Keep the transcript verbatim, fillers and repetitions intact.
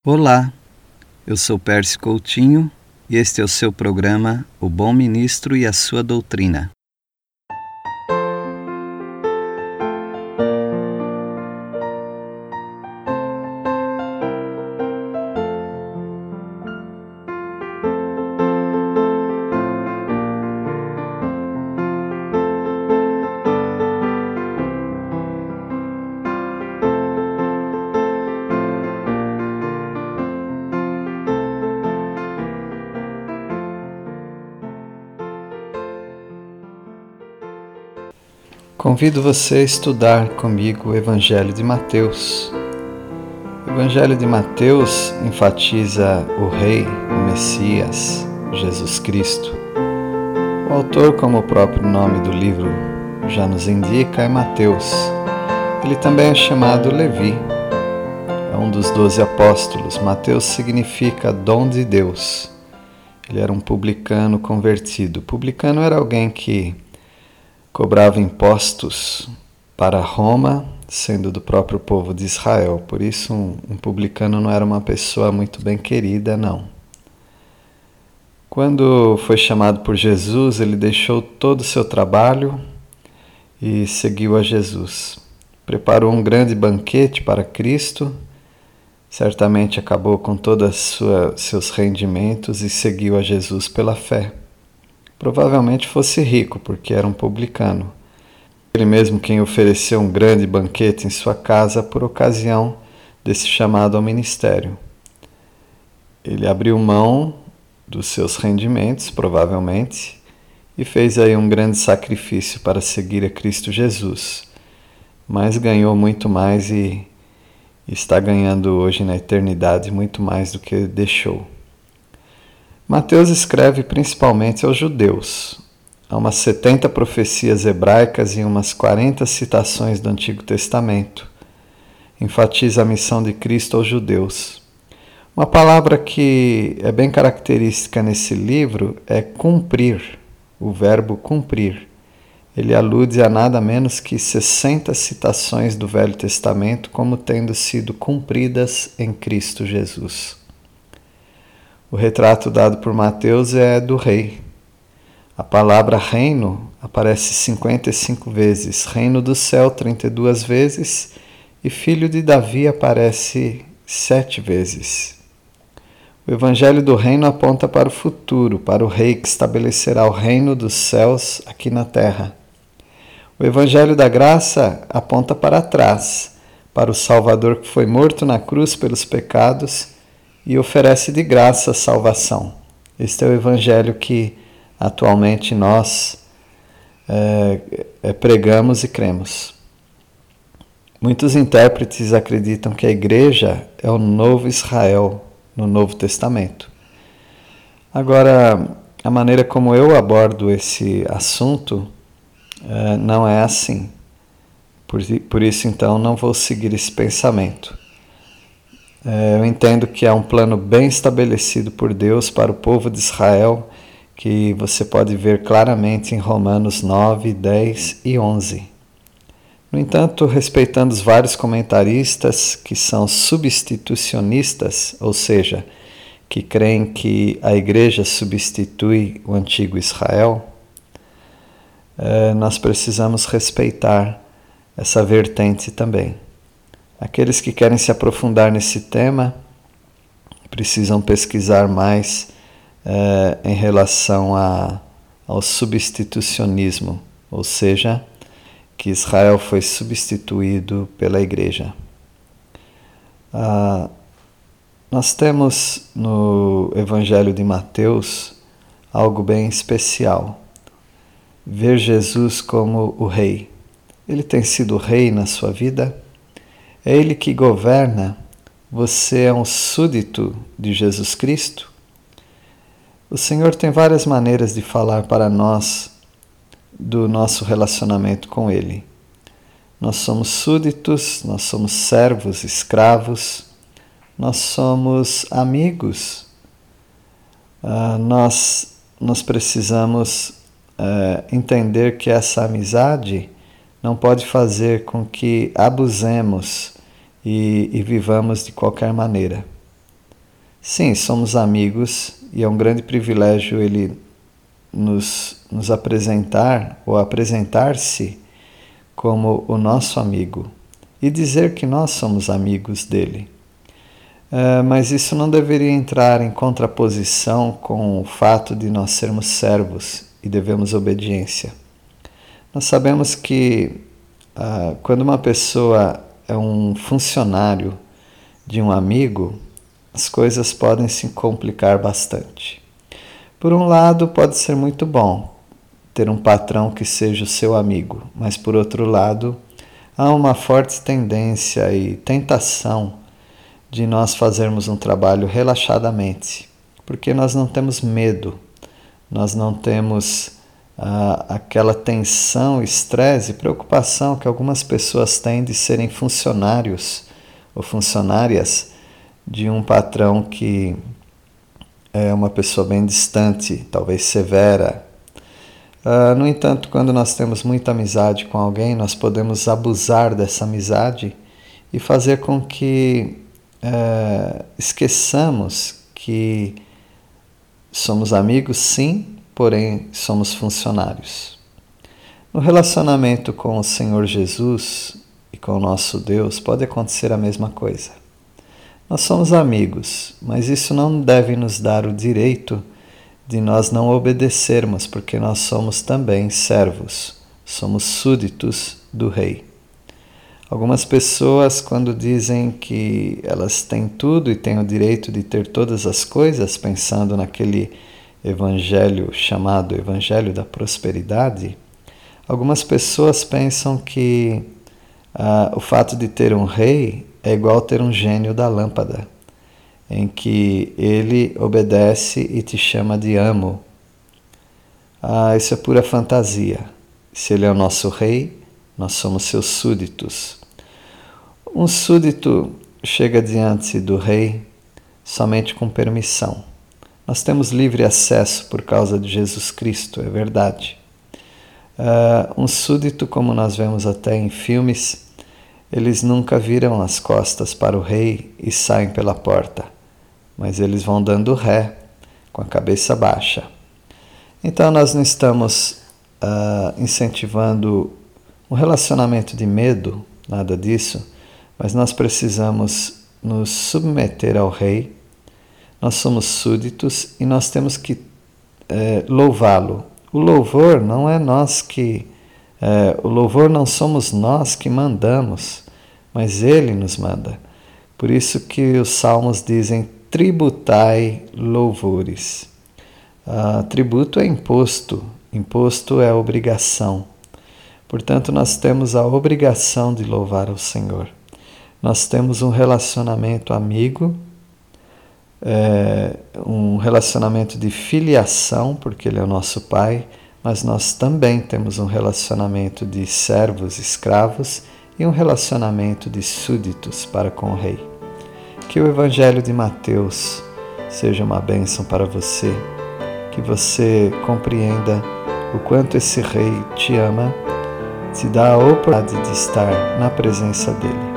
Olá, eu sou Pércio Coutinho e este é o seu programa O Bom Ministro e a Sua Doutrina. Convido você a estudar comigo o Evangelho de Mateus. O Evangelho de Mateus enfatiza o Rei, o Messias, Jesus Cristo. O autor, como o próprio nome do livro já nos indica, é Mateus. Ele também é chamado Levi, é um dos doze apóstolos. Mateus significa dom de Deus. Ele era um publicano convertido. Publicano era alguém que cobrava impostos para Roma, sendo do próprio povo de Israel. Por isso, um, um publicano não era uma pessoa muito bem querida, não. Quando foi chamado por Jesus, ele deixou todo o seu trabalho e seguiu a Jesus. Preparou um grande banquete para Cristo, certamente acabou com todos os seus rendimentos e seguiu a Jesus pela fé. Provavelmente fosse rico, porque era um publicano. Ele mesmo quem ofereceu um grande banquete em sua casa por ocasião desse chamado ao ministério. Ele abriu mão dos seus rendimentos, provavelmente, e fez aí um grande sacrifício para seguir a Cristo Jesus. Mas ganhou muito mais e está ganhando hoje na eternidade muito mais do que deixou. Mateus escreve principalmente aos judeus. Há umas setenta profecias hebraicas e umas quarenta citações do Antigo Testamento. Enfatiza a missão de Cristo aos judeus. Uma palavra que é bem característica nesse livro é cumprir, o verbo cumprir. Ele alude a nada menos que sessenta citações do Velho Testamento como tendo sido cumpridas em Cristo Jesus. O retrato dado por Mateus é do rei. A palavra reino aparece cinquenta e cinco vezes, reino do céu trinta e duas vezes e filho de Davi aparece sete vezes. O evangelho do reino aponta para o futuro, para o rei que estabelecerá o reino dos céus aqui na terra. O evangelho da graça aponta para trás, para o Salvador que foi morto na cruz pelos pecados e oferece de graça a salvação. Este é o evangelho que atualmente nós é, é, pregamos e cremos. Muitos intérpretes acreditam que a igreja é o novo Israel no Novo Testamento. Agora, a maneira como eu abordo esse assunto é, não é assim. Por, por isso, então, não vou seguir esse pensamento. Eu entendo que há um plano bem estabelecido por Deus para o povo de Israel, que você pode ver claramente em Romanos nove, dez e onze. No entanto, respeitando os vários comentaristas que são substitucionistas, ou seja, que creem que a igreja substitui o antigo Israel, nós precisamos respeitar essa vertente também. Aqueles que querem se aprofundar nesse tema precisam pesquisar mais eh, em relação a, ao substitucionismo, ou seja, que Israel foi substituído pela igreja. Ah, nós temos no Evangelho de Mateus algo bem especial. Ver Jesus como o rei. Ele tem sido rei na sua vida? É Ele que governa? Você é um súdito de Jesus Cristo? O Senhor tem várias maneiras de falar para nós do nosso relacionamento com Ele. Nós somos súditos, nós somos servos, escravos, nós somos amigos. Uh, nós, nós precisamos uh, entender que essa amizade não pode fazer com que abusemos e, e vivamos de qualquer maneira. Sim, somos amigos e é um grande privilégio ele nos, nos apresentar ou apresentar-se como o nosso amigo e dizer que nós somos amigos dele. Uh, mas isso não deveria entrar em contraposição com o fato de nós sermos servos e devemos obediência. Nós sabemos que uh, quando uma pessoa é um funcionário de um amigo, as coisas podem se complicar bastante. Por um lado, pode ser muito bom ter um patrão que seja o seu amigo, mas por outro lado, há uma forte tendência e tentação de nós fazermos um trabalho relaxadamente, porque nós não temos medo, nós não temos ah, aquela tensão, estresse e preocupação que algumas pessoas têm de serem funcionários ou funcionárias de um patrão que é uma pessoa bem distante, talvez severa. Uh, no entanto, quando nós temos muita amizade com alguém, nós podemos abusar dessa amizade e fazer com que Uh, esqueçamos que somos amigos, sim, porém somos funcionários. No relacionamento com o Senhor Jesus e com o nosso Deus pode acontecer a mesma coisa. Nós somos amigos, mas isso não deve nos dar o direito de nós não obedecermos, porque nós somos também servos, somos súditos do Rei. Algumas pessoas, quando dizem que elas têm tudo e têm o direito de ter todas as coisas, pensando naquele evangelho chamado Evangelho da Prosperidade, algumas pessoas pensam que ah, o fato de ter um rei é igual ter um gênio da lâmpada, em que ele obedece e te chama de amo. Ah, isso é pura fantasia. Se ele é o nosso rei, nós somos seus súditos. Um súdito chega diante do rei somente com permissão. Nós temos livre acesso por causa de Jesus Cristo, é verdade. Uh, um súdito, como nós vemos até em filmes, eles nunca viram as costas para o rei e saem pela porta, mas eles vão dando ré, com a cabeça baixa. Então nós não estamos uh, incentivando um relacionamento de medo, nada disso, mas nós precisamos nos submeter ao rei, nós somos súditos e nós temos que é, louvá-lo. O louvor não é nós que, é, o louvor não somos nós que mandamos, mas ele nos manda. Por isso que os salmos dizem, tributai louvores. Ah, tributo é imposto, imposto é obrigação. Portanto, nós temos a obrigação de louvar ao Senhor. Nós temos um relacionamento amigo, é, um relacionamento de filiação, porque Ele é o nosso Pai, mas nós também temos um relacionamento de servos, escravos e um relacionamento de súditos para com o Rei. Que o Evangelho de Mateus seja uma bênção para você, que você compreenda o quanto esse Rei te ama, te dá a oportunidade de estar na presença dEle.